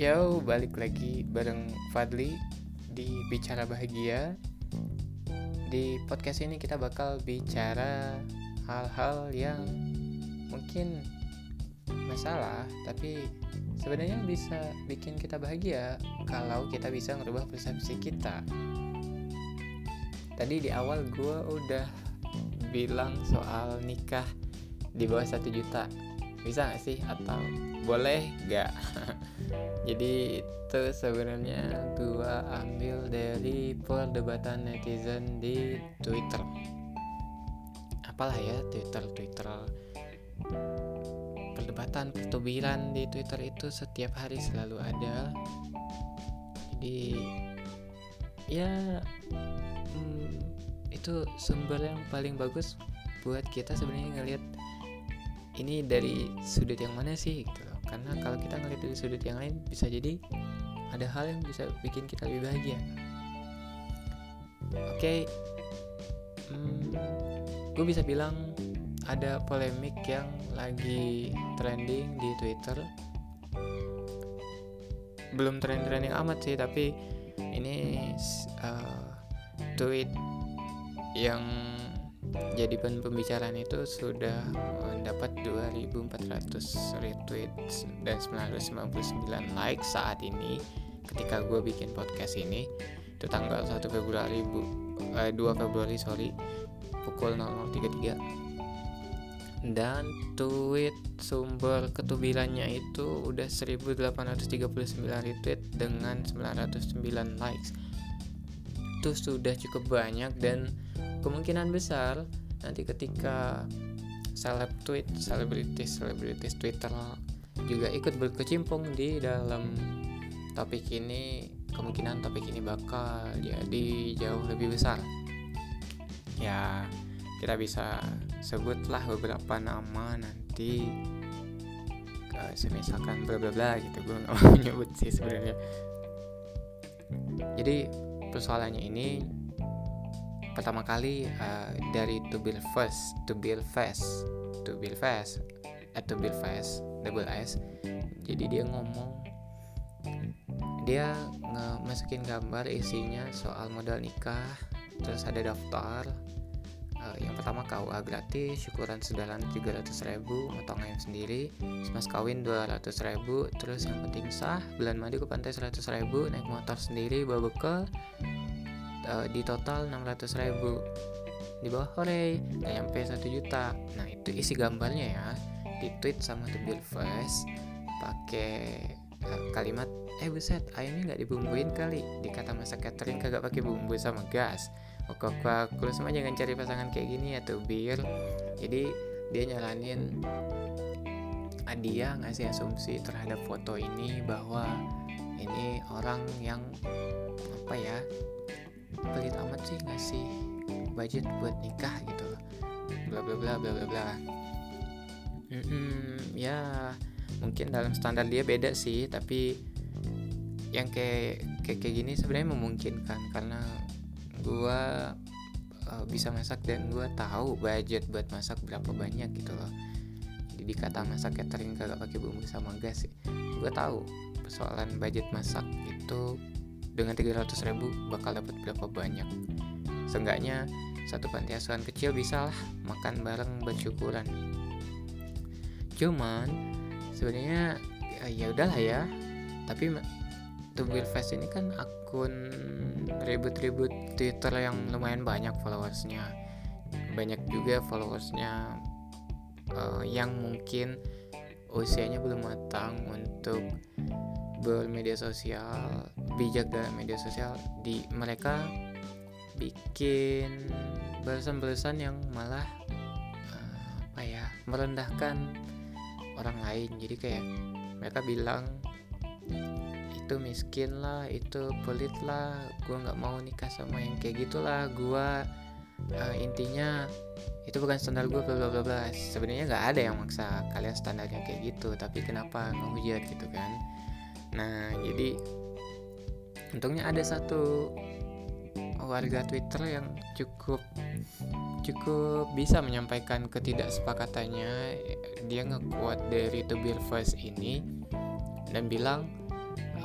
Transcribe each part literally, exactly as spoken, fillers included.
Yo, balik lagi bareng Fadli di Bicara Bahagia. Di podcast ini kita bakal bicara hal-hal yang mungkin masalah, tapi sebenarnya bisa bikin kita bahagia kalau kita bisa merubah persepsi kita. Tadi di awal gue udah bilang soal nikah di bawah satu juta. Bisa gak sih? Atau boleh gak? Jadi itu sebenarnya gue ambil dari perdebatan netizen di Twitter. Apalah ya Twitter Twitter perdebatan pertubiran di Twitter itu setiap hari selalu ada. Jadi ya hmm, itu sumber yang paling bagus buat kita sebenarnya ngelihat ini dari sudut yang mana sih gitu loh. Karena kalau kita ngeliat dari sudut yang lain, bisa jadi ada hal yang bisa bikin kita lebih bahagia. Oke, okay. hmm, gue bisa bilang ada polemik yang lagi trending di Twitter. Belum trending-trending amat sih, tapi ini uh, tweet yang jadi bahan pembicaraan itu sudah mendapat dua ribu empat ratus retweet dan sembilan ratus sembilan puluh sembilan like saat ini ketika gue bikin podcast ini. Itu tanggal satu Februari eh, dua Februari sorry pukul nol nol tiga puluh tiga. Dan tweet sumber ketubirannya itu udah seribu delapan ratus tiga puluh sembilan retweet dengan sembilan ratus sembilan likes. Itu sudah cukup banyak, dan kemungkinan besar nanti ketika seleb tweet, selebritis selebritis Twitter juga ikut berkecimpung di dalam topik ini, kemungkinan topik ini bakal jadi jauh lebih besar. Ya, kita bisa sebutlah beberapa nama nanti, uh, semisalkan bla bla bla gitu. Gue nggak mau nyebut sih sebenarnya. Jadi persoalannya ini pertama kali uh, dari To Build Fast, To Build Fast, To Build Fast, eh, To Build Fast, double S. Jadi dia ngomong, dia nge-masukin gambar isinya soal modal nikah, terus ada daftar. Uh, yang pertama K U A gratis, syukuran sedalan tiga ratus ribu, motong ayam sendiri, mas kawin dua ratus ribu, terus yang penting sah, bulan madu ke pantai seratus ribu, naik motor sendiri, bawa bekal. Uh, di total enam ratus ribu, di bawah hore gak nyampe satu juta. Nah itu isi gambarnya ya, di tweet sama To Build Fast pakai uh, kalimat eh buset ayamnya gak dibumbuin kali, dikata masa catering kagak pakai bumbu sama gas. Oke oke, lu semua jangan cari pasangan kayak gini ya To Build. Jadi dia nyaranin, uh, dia ngasih asumsi terhadap foto ini bahwa ini orang yang apa ya, pelit amat sih ngasih budget buat nikah gitu loh, bla bla bla bla bla bla. Mm-mm, ya mungkin dalam standar dia beda sih, tapi yang kayak kayak, kayak gini sebenarnya memungkinkan karena gua uh, bisa masak dan gua tahu budget buat masak berapa banyak gitu loh. Jadi dikata masak catering kagak pakai bumbu sama gas sih, gua tahu persoalan budget masak itu dengan tiga ratus ribu bakal dapat berapa banyak. Seenggaknya satu panti asuhan kecil bisa lah makan bareng buat syukuran. Cuman sebenarnya ya, ya udahlah ya. Tapi To Build Fast ini kan akun ribut-ribut Twitter yang lumayan banyak followersnya. Banyak juga followersnya uh, yang mungkin usianya belum matang untuk bermedia sosial, bijak dalam media sosial. Di mereka bikin balasan-balasan yang malah uh, apa ya, merendahkan orang lain. Jadi kayak mereka bilang itu miskin lah, itu pelit lah, gue nggak mau nikah sama yang kayak gitulah, gue uh, intinya itu bukan standar gue, bla bla bla bla. Sebenarnya nggak ada yang maksa kalian standarnya kayak gitu, tapi kenapa ngehujat gitu kan? Nah jadi untungnya ada satu warga Twitter yang cukup cukup bisa menyampaikan ketidaksepakatannya. Dia nge-quote dari To Build Fast ini dan bilang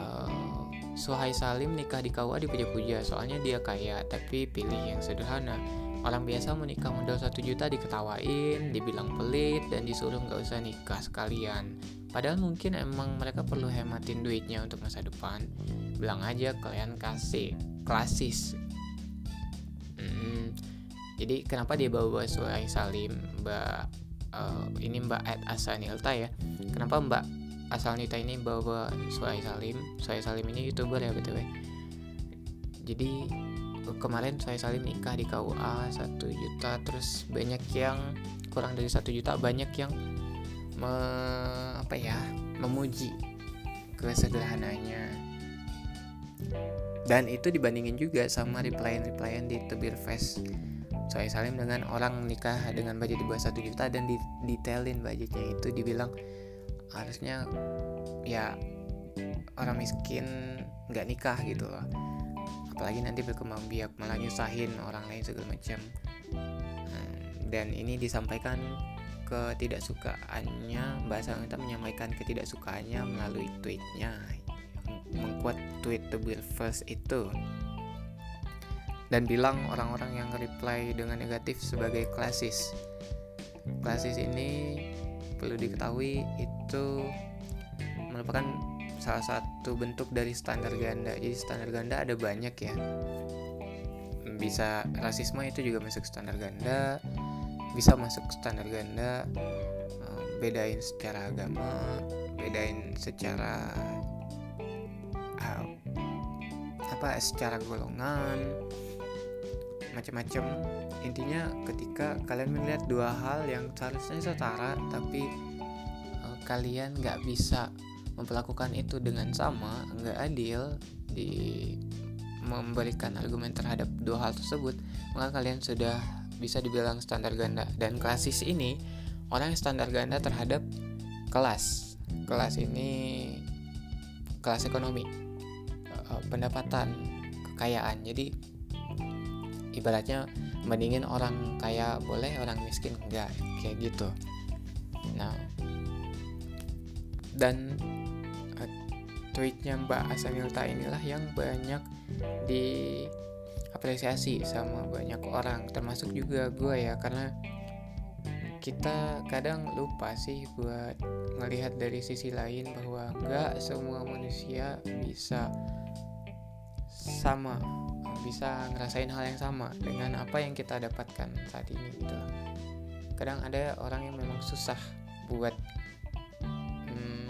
Suhail Salim nikah di K U A dipuja-puja, soalnya dia kaya tapi pilih yang sederhana. Orang biasa menikah modal satu juta diketawain, dibilang pelit, dan disuruh gak usah nikah sekalian. Padahal mungkin emang mereka perlu hematin duitnya untuk masa depan. Bilang aja kalian kasih, klasis. hmm, Jadi kenapa dia bawa-bawa Suhail Salim, Mbak uh, ini Mbak Ed Asanilta ya. Kenapa Mbak Asanilta ini bawa Suhail Salim? Suhail Salim ini YouTuber ya B T W. Jadi kemarin Suhail Salim nikah di K U A satu juta, terus banyak yang kurang dari satu juta, banyak yang me, apa ya memuji kesederhananya. Dan itu dibandingin juga sama replyan-replyan di Tubir Fest Suhail Salim dengan orang nikah dengan budget di bawah satu juta, dan di detailin budgetnya itu, dibilang harusnya ya orang miskin nggak nikah gitu loh, apalagi nanti berkembang biak malah nyusahin orang lain segala macam. Dan ini disampaikan ketidaksukaannya, Mbak Asanilta menyampaikan ketidaksukaannya melalui tweetnya, mengquote tweet The Bill First itu, dan bilang orang-orang yang reply dengan negatif sebagai klasis. Klasis ini perlu diketahui itu merupakan salah satu bentuk dari standar ganda. Jadi standar ganda ada banyak ya. Bisa rasisme itu juga masuk standar ganda, bisa masuk standar ganda, bedain secara agama, bedain secara uh, apa secara golongan, macam-macam. Intinya ketika kalian melihat dua hal yang seharusnya setara tapi uh, kalian nggak bisa memperlakukan itu dengan sama, nggak adil di memberikan argumen terhadap dua hal tersebut, maka kalian sudah bisa dibilang standar ganda. Dan klasis ini orang yang standar ganda terhadap kelas. Kelas ini kelas ekonomi, uh, pendapatan, kekayaan. Jadi ibaratnya bandingin orang kaya boleh, orang miskin enggak, kayak gitu. Nah, dan uh, tweetnya Mbak Asanilta inilah yang banyak diapresiasi sama banyak orang, termasuk juga gue ya, karena kita kadang lupa sih buat ngelihat dari sisi lain bahwa enggak semua manusia bisa sama, bisa ngerasain hal yang sama dengan apa yang kita dapatkan saat ini gitu. Kadang ada orang yang memang susah buat hmm,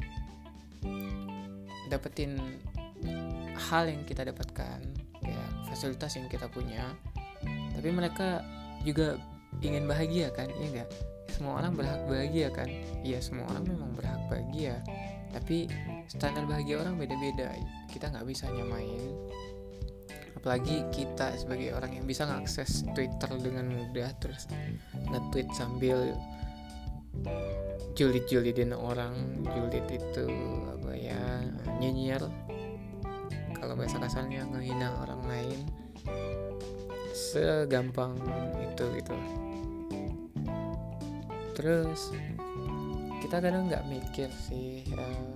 dapetin hal yang kita dapatkan, kayak fasilitas yang kita punya, tapi mereka juga ingin bahagia kan, iya enggak? Semua orang berhak bahagia kan? Iya, semua orang memang berhak bahagia, tapi standar bahagia orang beda-beda, kita nggak bisa nyamain. Apalagi kita sebagai orang yang bisa ngakses Twitter dengan mudah, terus nge-tweet sambil julid-julidin orang. Julid itu apa ya, nyinyir, kalau bahasa kasarnya ngehina orang lain, segampang itu gitu. Terus kita kadang nggak mikir sih uh,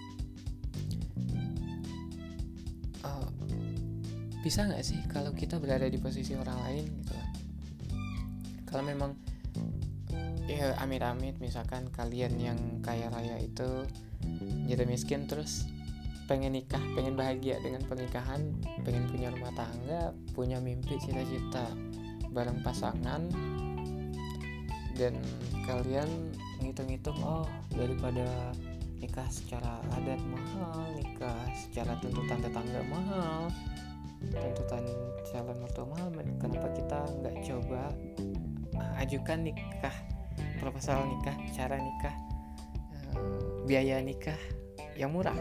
uh, bisa nggak sih kalau kita berada di posisi orang lain gitu lah. Kalau memang ya amit-amit misalkan kalian yang kaya raya itu jadi miskin, terus pengen nikah, pengen bahagia dengan pernikahan, pengen punya rumah tangga, punya mimpi, cita-cita bareng pasangan, dan kalian ngitung-ngitung, oh daripada nikah secara adat mahal, nikah secara tuntutan tetangga mahal, tuntutan calon mertua mahal, kenapa kita nggak coba ajukan nikah, proposal nikah, cara nikah, biaya nikah yang murah.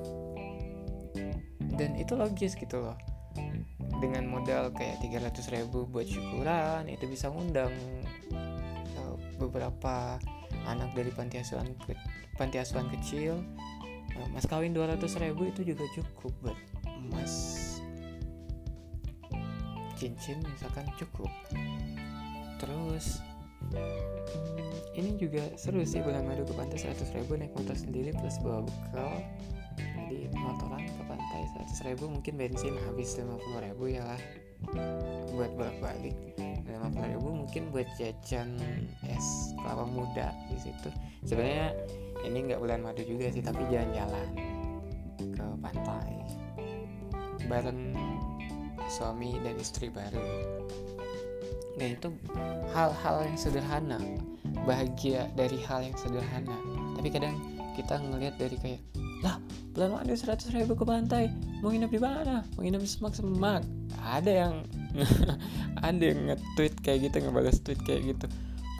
Dan itu logis gitu loh. Dengan modal kayak tiga ratus ribu buat syukuran, itu bisa ngundang uh, beberapa anak dari panti asuhan ke, panti asuhan kecil. uh, Mas kawin dua ratus ribu itu juga cukup buat emas cincin misalkan, cukup. Terus hmm, ini juga seru sih, bulan madu ke pantai seratus ribu, naik motor sendiri plus bawa bekal, Jadi motoran ke pantai seratus ribu, mungkin bensin habis lima puluh ribu ya lah buat bolak-balik, lima puluh ribu mungkin buat jajan es kelapa muda di situ. Sebenarnya ini nggak bulan madu juga sih, tapi jalan-jalan ke pantai bareng suami dan istri baru. Nah itu hal-hal yang sederhana, bahagia dari hal yang sederhana. Tapi kadang kita ngelihat dari kayak, lah bulan madu seratus ribu ke pantai, mau nginep di mana? Mau nginep di semak-semak. Ada yang ada yang nge-tweet kayak gitu, ngebalas tweet kayak gitu.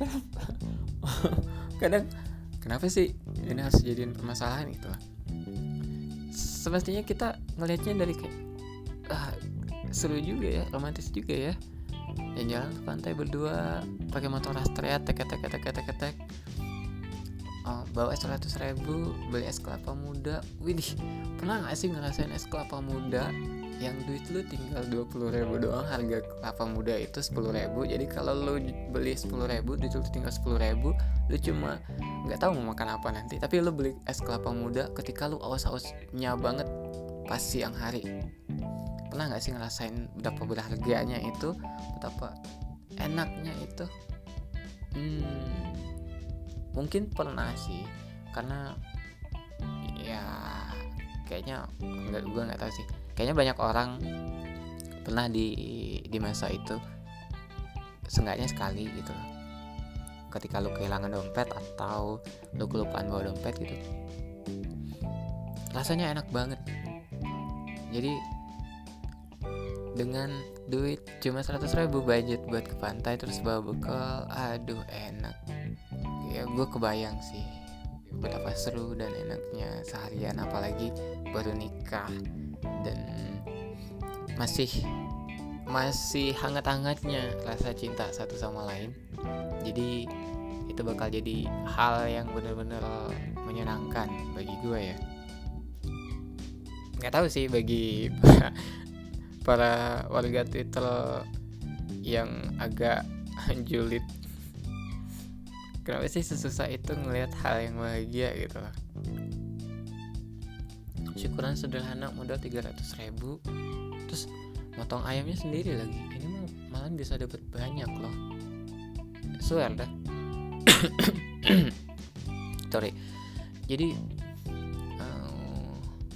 Kadang kenapa sih ini harus jadiin permasalahan gitu lah. Semestinya kita ngelihatnya dari kayak, ah, seru juga ya, romantis juga ya, jalan-jalan ke pantai berdua pakai motor Astrea, tek tek tek tek tek tek, oh, bawa es seratus ribu, beli es kelapa muda. Widih, pernah nggak sih ngerasain es kelapa muda yang duit lu tinggal dua puluh ribu doang? Harga kelapa muda itu sepuluh ribu. Jadi kalau lu beli sepuluh ribu, duit lu tinggal sepuluh ribu, lu cuma nggak tahu mau makan apa nanti, tapi lu beli es kelapa muda ketika lu aus-ausnya banget pas siang hari. Pernah nggak sih ngerasain betapa berharganya itu, betapa enaknya itu? Hmm, mungkin pernah sih, karena ya kayaknya nggak, gue nggak tahu sih. Kayaknya banyak orang pernah di di masa itu, seenggaknya sekali gitu loh. Ketika lu kehilangan dompet atau lu kelupaan bawa dompet gitu, rasanya enak banget. Jadi dengan duit cuma seratus ribu budget buat ke pantai terus bawa bekal, aduh enak. Ya gue kebayang sih betapa seru dan enaknya seharian, apalagi baru nikah dan masih masih hangat-hangatnya rasa cinta satu sama lain. Jadi itu bakal jadi hal yang benar-benar menyenangkan bagi gue ya. Nggak tahu sih bagi para warga Twitter yang agak julid, kenapa sih sesusah itu ngelihat hal yang bahagia gitu loh. Syukuran sederhana modal tiga ratus ribu, terus motong ayamnya sendiri lagi. Ini mah malah bisa dapat banyak loh, swear dah. Sorry. Jadi um,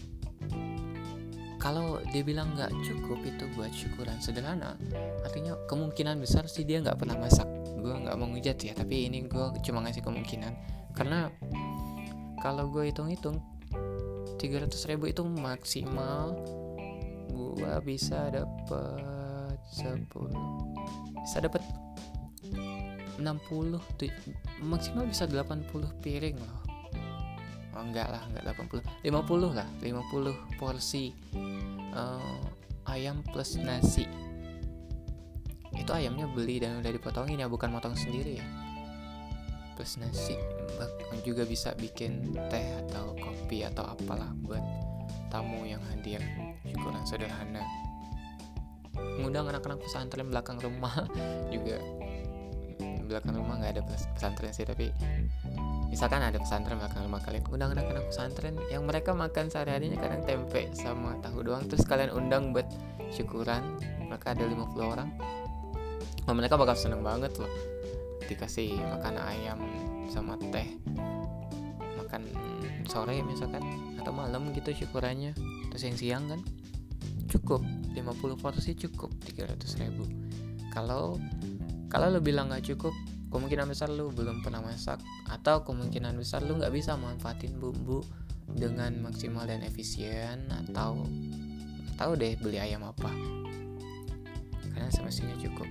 kalau dia bilang nggak cukup itu buat syukuran sederhana, artinya kemungkinan besar sih dia nggak pernah masak. Gue nggak mau ngejat ya, tapi ini gue cuma ngasih kemungkinan, karena kalau gue hitung-hitung tiga ratus ribu itu maksimal gue bisa dapat sepuluh, bisa dapat enam puluh tuh, maksimal bisa delapan puluh piring loh. Oh enggak lah, enggak delapan puluh, lima puluh lah, lima puluh porsi uh, ayam plus nasi. Itu ayamnya beli dan udah dipotongin ya, bukan motong sendiri ya. Plus nasi, juga bisa bikin teh atau kopi atau apalah buat tamu yang hadir. Syukuran sederhana. Ngundang anak-anak pesantren belakang rumah juga. Belakang rumah nggak ada pesantren sih, tapi misalkan ada pesantren belakang rumah kalian, undang anak-anak pesantren yang mereka makan sehari-harinya kadang tempe sama tahu doang, terus kalian undang buat syukuran, mereka ada lima puluh orang. Oh, mereka bakal seneng banget loh dikasih makan ayam sama teh, makan sore misalkan atau malam gitu syukurannya. Terus yang siang kan cukup lima puluh porsi, cukup tiga ratus ribu. Kalau kalau lo bilang nggak cukup, kemungkinan besar lo belum pernah masak, atau kemungkinan besar lo nggak bisa manfaatin bumbu dengan maksimal dan efisien, atau tahu deh beli ayam apa, karena semestinya cukup.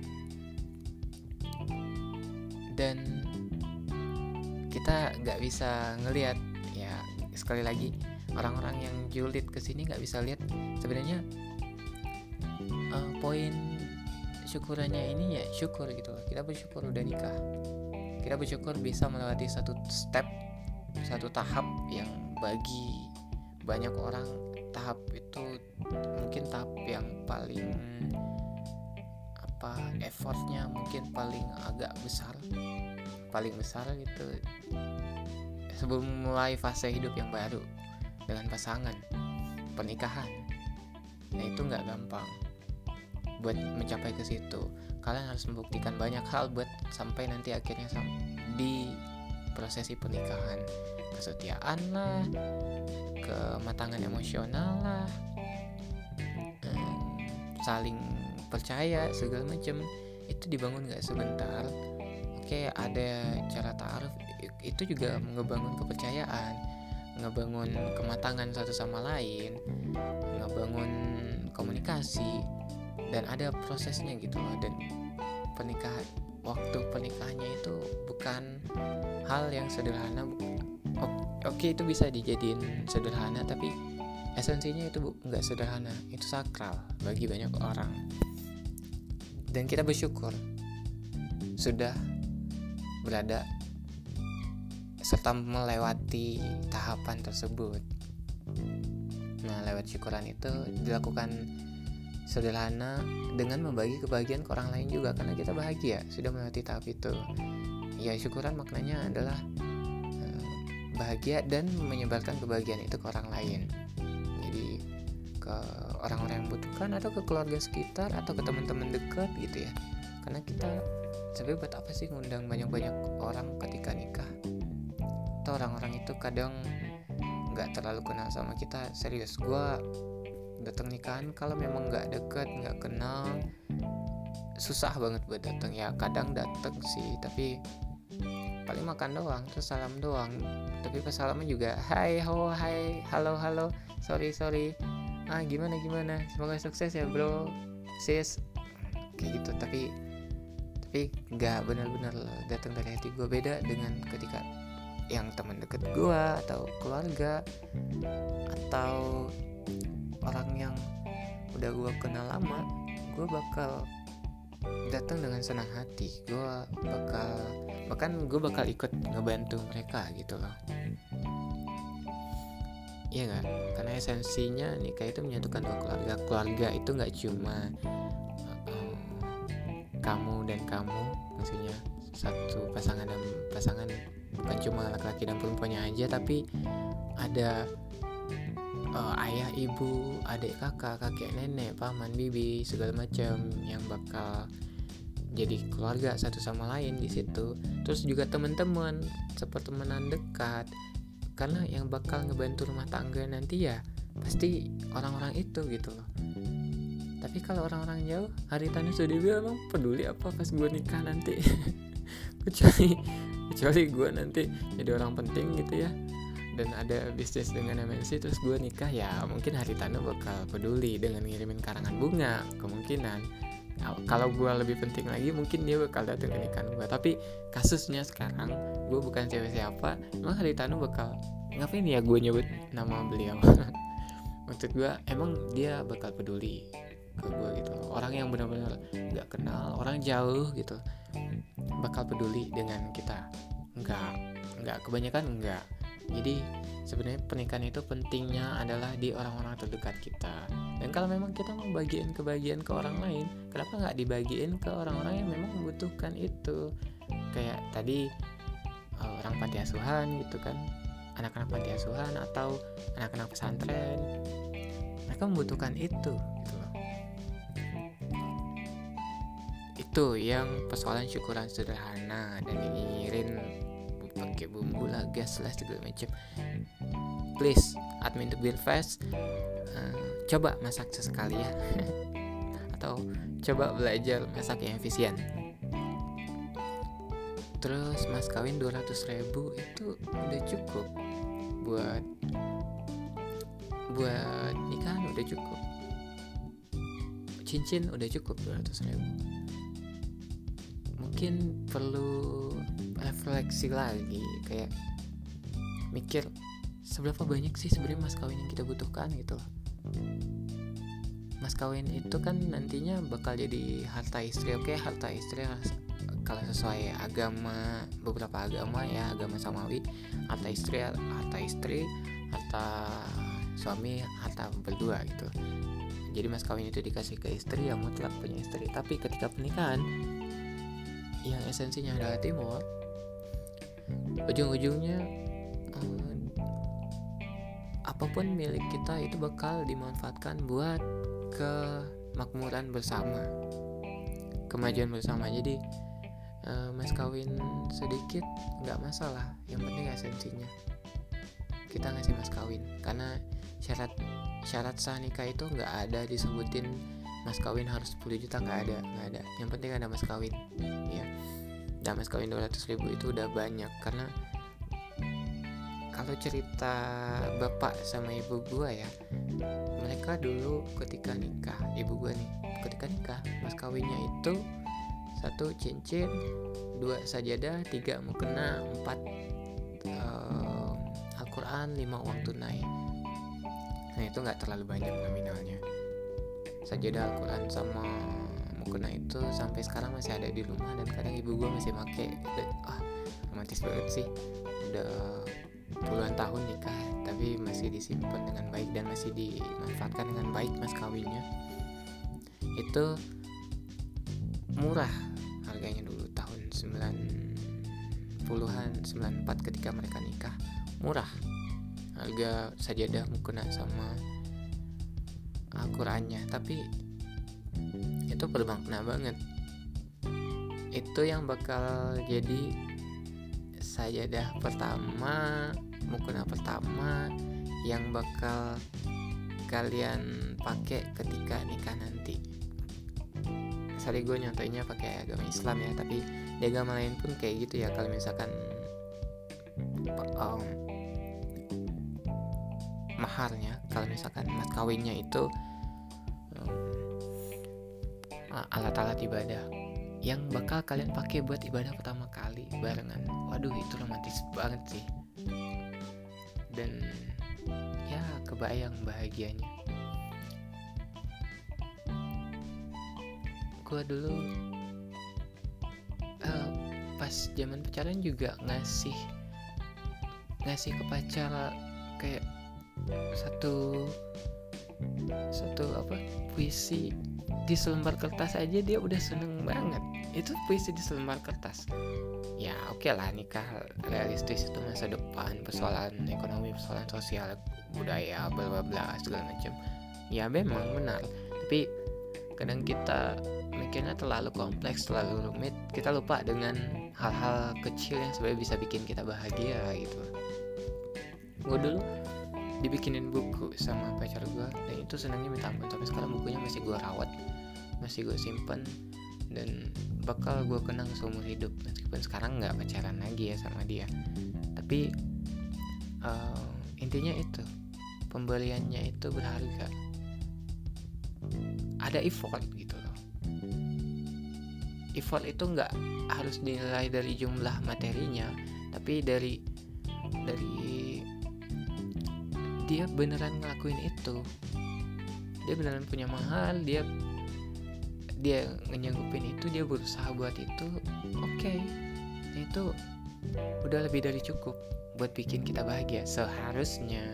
Dan kita nggak bisa ngelihat ya, sekali lagi orang-orang yang julid kesini nggak bisa lihat sebenarnya uh, poin syukurannya ini ya syukur gitu loh. Kita bersyukur udah nikah, kita bersyukur bisa melewati satu step, satu tahap yang bagi banyak orang tahap itu mungkin tahap yang paling apa effortnya mungkin paling agak besar, paling besar gitu sebelum mulai fase hidup yang baru dengan pasangan. pernikahan. Nah itu nggak gampang buat mencapai ke situ. Kalian harus membuktikan banyak hal buat sampai nanti akhirnya di prosesi pernikahan. Kesetiaan lah, kematangan emosional lah, saling percaya segala macam itu dibangun nggak sebentar. Oke, ada cara ta'aruf, itu juga ngebangun kepercayaan, ngebangun kematangan satu sama lain, ngebangun komunikasi, dan ada prosesnya gitu loh. Dan pernikahan, waktu pernikahannya itu bukan hal yang sederhana. Oke, itu bisa dijadiin sederhana, tapi esensinya itu nggak sederhana, itu sakral bagi banyak orang. Dan kita bersyukur sudah berada serta melewati tahapan tersebut. Nah, lewat syukuran itu dilakukan sederhana dengan membagi kebahagiaan ke orang lain juga, karena kita bahagia sudah melewati tahap itu. Ya, syukuran maknanya adalah eh, bahagia dan menyebarkan kebahagiaan itu ke orang lain. Jadi ke orang-orang yang membutuhkan, atau ke keluarga sekitar, atau ke teman-teman dekat gitu ya. Karena kita sebenarnya buat apa sih ngundang banyak-banyak orang ketika nikah? Atau orang-orang itu kadang nggak terlalu kenal sama kita. Serius, gue datang nikahan kalau memang nggak deket, nggak kenal, susah banget buat datang. Ya kadang datang sih, tapi paling makan doang, terus salam doang. Tapi pas salamnya juga hai ho hai halo halo sorry sorry ah gimana gimana semoga sukses ya bro sis, kayak gitu. Tapi tapi nggak benar-benar datang dari hati gue. Beda dengan ketika yang teman dekat gue atau keluarga atau orang yang udah gue kenal lama, gue bakal datang dengan senang hati. Gue bakal bahkan gue bakal ikut ngebantu mereka gitu loh. Iya kan? Karena esensinya nikah itu menyatukan dua keluarga. Keluarga itu nggak cuma uh, kamu dan kamu, maksudnya satu pasangan dan pasangan, bukan cuma laki-laki dan perempuannya aja, tapi ada uh, ayah, ibu, adik, kakak, kakek, nenek, paman, bibi, segala macam yang bakal jadi keluarga satu sama lain di situ. Terus juga teman-teman, sepertemanan dekat. Karena yang bakal ngebantu rumah tangga nanti ya pasti orang-orang itu gitu loh. Tapi kalau orang-orang jauh, Haritanu sudah bilang, peduli apa pas gue nikah nanti. kecuali kecuali gue nanti jadi orang penting gitu ya, dan ada bisnis dengan M N C, terus gue nikah, ya mungkin Haritanu bakal peduli dengan ngirimin karangan bunga, kemungkinan. Kalau gue lebih penting lagi, mungkin dia bakal datang ke nikahan gue. Tapi kasusnya sekarang gue bukan cewek siapa, emang Haritanu bakal ngapain ya gue nyebut nama beliau. Maksud gue, emang dia bakal peduli ke gue gitu. Orang yang benar-benar nggak kenal, orang jauh gitu, bakal peduli dengan kita? Enggak, enggak, kebanyakan enggak. Jadi sebenarnya pernikahan itu pentingnya adalah di orang-orang terdekat kita. Dan kalau memang kita mau bagiin kebahagiaan ke orang lain, kenapa nggak dibagiin ke orang-orang yang memang membutuhkan itu? Kayak tadi orang panti asuhan gitu kan, anak-anak panti asuhan atau anak-anak pesantren, mereka membutuhkan itu gitu loh. Itu yang persoalan syukuran sederhana dan nyinyirin pakai bumbu lah, gas lah, segala macam. Please, admin to build fast, uh, coba masak sesekali ya. Atau coba belajar masak yang efisien. Terus mas kawin dua ratus ribu itu udah cukup buat buat nikahan, udah cukup. Cincin udah cukup dua ratus ribu. Mungkin perlu refleksi lagi, kayak mikir seberapa banyak sih sebenarnya mas kawin yang kita butuhkan gitu loh. Mas kawin itu kan nantinya bakal jadi harta istri. Oke, harta istri kalau sesuai agama, beberapa agama ya, agama samawi, harta istri harta istri harta suami harta berdua gitu. Jadi mas kawin itu dikasih ke istri yang mutlak punya istri. Tapi ketika pernikahan yang esensinya adalah ujung-ujungnya eh, apa apapun milik kita itu bakal dimanfaatkan buat kemakmuran bersama, kemajuan bersama. Jadi uh, mas kawin sedikit nggak masalah, yang penting esensinya kita ngasih mas kawin. Karena syarat syarat sah nikah itu nggak ada disebutin mas kawin harus sepuluh juta, nggak ada nggak ada yang penting ada mas kawin ya. Dan mas kawin dua ratus ribu itu udah banyak. Karena kalau cerita bapak sama ibu gua ya, mereka dulu ketika nikah, ibu gua nih ketika nikah, mas kawinnya itu satu cincin, dua sajadah, tiga mukena, empat uh, Al-Quran, lima uang tunai. Nah itu nggak terlalu banyak nominalnya. Sajadah, Al-Quran sama mukena itu sampai sekarang masih ada di rumah, dan kadang ibu gua masih make. Ah, romantis banget sih. Udah puluhan tahun nikah tapi masih disimpan dengan baik dan masih dimanfaatkan dengan baik mas kawinnya. Itu murah harganya dulu tahun sembilan puluhan, sembilan puluh empat ketika mereka nikah. Murah harga sajadah, mukena sama Al-Qurannya, tapi itu bermakna banget. Itu yang bakal jadi sajadah pertama, mukena pertama yang bakal kalian pakai ketika nikah nanti. Sorry gue nyontoinnya pakai agama Islam ya, tapi di agama lain pun kayak gitu ya. Kalau misalkan um, maharnya, kalau misalkan mas kawinnya itu um, alat-alat ibadah yang bakal kalian pakai buat ibadah pertama kali barengan. Waduh itu romantis banget sih. Dan ya kebayang bahagianya. Gue dulu uh, pas zaman pacaran juga ngasih ngasih ke pacar kayak satu satu apa puisi di selembar kertas aja dia udah seneng banget. Itu puisi di selembar kertas. Ya oke okay lah, nikah realistis itu masa depan, persoalan ekonomi, persoalan sosial, budaya, bla bla bla segala macam. Ya memang benar, tapi kadang kita mikirnya terlalu kompleks, terlalu rumit, kita lupa dengan hal-hal kecil yang sebenarnya bisa bikin kita bahagia gitu. Gue dulu dibikinin buku sama pacar gue, dan itu senangnya minta ampun. Tapi sekarang bukunya masih gue rawat, masih gue simpen, dan bakal gue kenang seumur hidup. Meskipun sekarang nggak pacaran lagi ya sama dia, tapi uh, intinya itu pembeliannya itu berharga, ada effort gitu loh. Effort itu nggak harus dinilai dari jumlah materinya, tapi dari dari dia beneran ngelakuin itu. Dia beneran punya mahal, dia dia nyanggupin itu, dia berusaha buat itu. Oke, okay. Itu udah lebih dari cukup buat bikin kita bahagia. Seharusnya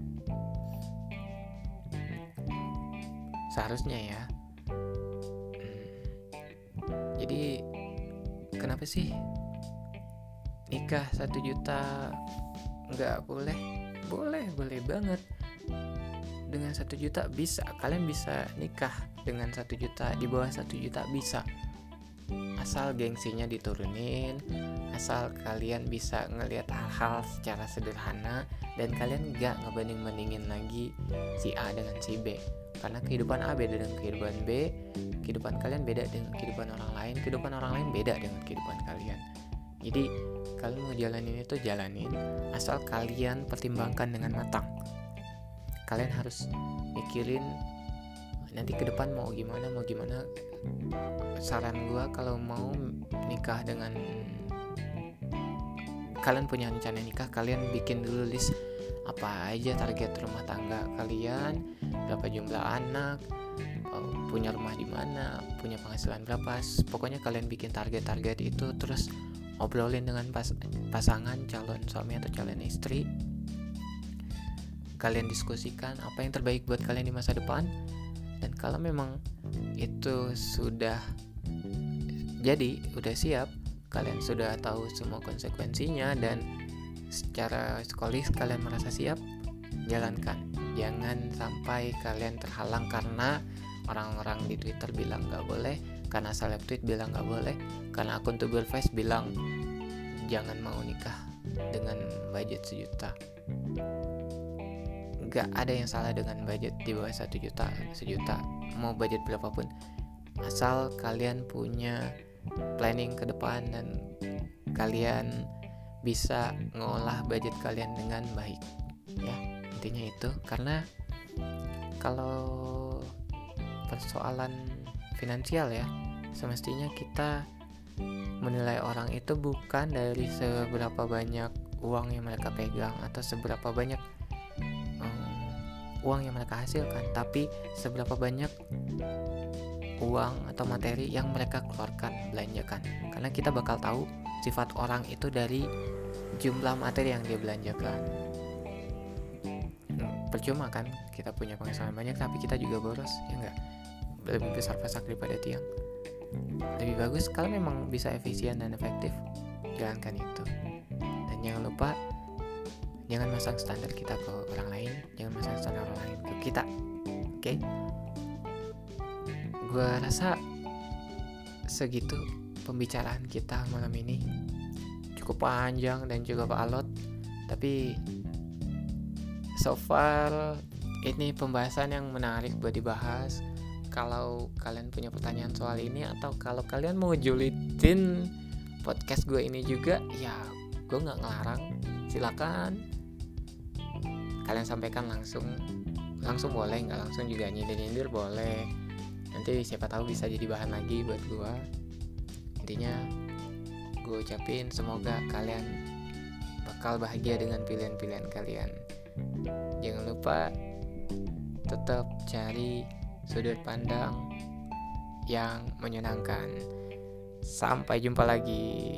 Seharusnya ya. hmm. Jadi kenapa sih nikah satu juta nggak boleh? Boleh, boleh banget. Dengan satu juta bisa, kalian bisa nikah dengan satu juta, di bawah satu juta bisa. Asal gengsinya diturunin, asal kalian bisa ngelihat hal-hal secara sederhana, dan kalian gak ngebanding-bandingin lagi si A dengan si B. Karena kehidupan A beda dengan kehidupan B, kehidupan kalian beda dengan kehidupan orang lain, kehidupan orang lain beda dengan kehidupan kalian. Jadi kalian mau jalanin itu jalanin, asal kalian pertimbangkan dengan matang. Kalian harus mikirin nanti ke depan mau gimana, mau gimana. Saran gue kalau mau nikah dengan, kalian punya rencana nikah, kalian bikin dulu list apa aja target rumah tangga kalian, berapa jumlah anak, punya rumah di mana, punya penghasilan berapa. Pokoknya kalian bikin target-target itu, terus obrolin dengan pas, pasangan, calon suami atau calon istri. Kalian diskusikan apa yang terbaik buat kalian di masa depan. Dan kalau memang itu sudah jadi, udah siap, kalian sudah tahu semua konsekuensinya, dan secara psikologis kalian merasa siap, jalankan. Jangan sampai kalian terhalang karena orang-orang di Twitter bilang gak boleh, karena seleb tweet bilang gak boleh, karena akun Tubir Face bilang jangan mau nikah dengan budget sejuta. Gak ada yang salah dengan budget di bawah satu juta, sejuta, mau budget berapapun, asal kalian punya planning ke depan dan kalian bisa ngolah budget kalian dengan baik, ya intinya itu. Karena kalau persoalan finansial ya, semestinya kita menilai orang itu bukan dari seberapa banyak uang yang mereka pegang atau seberapa banyak um, uang yang mereka hasilkan, tapi seberapa banyak uang atau materi yang mereka keluarkan, belanjakan. Karena kita bakal tahu sifat orang itu dari jumlah materi yang dia belanjakan. hmm, Percuma kan kita punya penghasilan banyak tapi kita juga boros, ya enggak? Lebih besar pasak daripada tiang. Lebih bagus kalau memang bisa efisien dan efektif, jalankan itu. Dan jangan lupa, jangan masang standar kita ke orang lain, jangan masang standar orang lain ke kita. Oke okay? Gue rasa segitu pembicaraan kita malam ini. Cukup panjang dan juga alot, tapi so far ini pembahasan yang menarik buat dibahas. Kalau kalian punya pertanyaan soal ini, atau kalau kalian mau julitin podcast gue ini juga, ya gue gak ngelarang, silakan kalian sampaikan langsung. Langsung boleh, gak langsung juga nyindir-nyindir boleh. Nanti siapa tahu bisa jadi bahan lagi buat gue. Intinya gue ucapin semoga kalian bakal bahagia dengan pilihan-pilihan kalian. Jangan lupa tetap cari sudut pandang yang menyenangkan. Sampai jumpa lagi.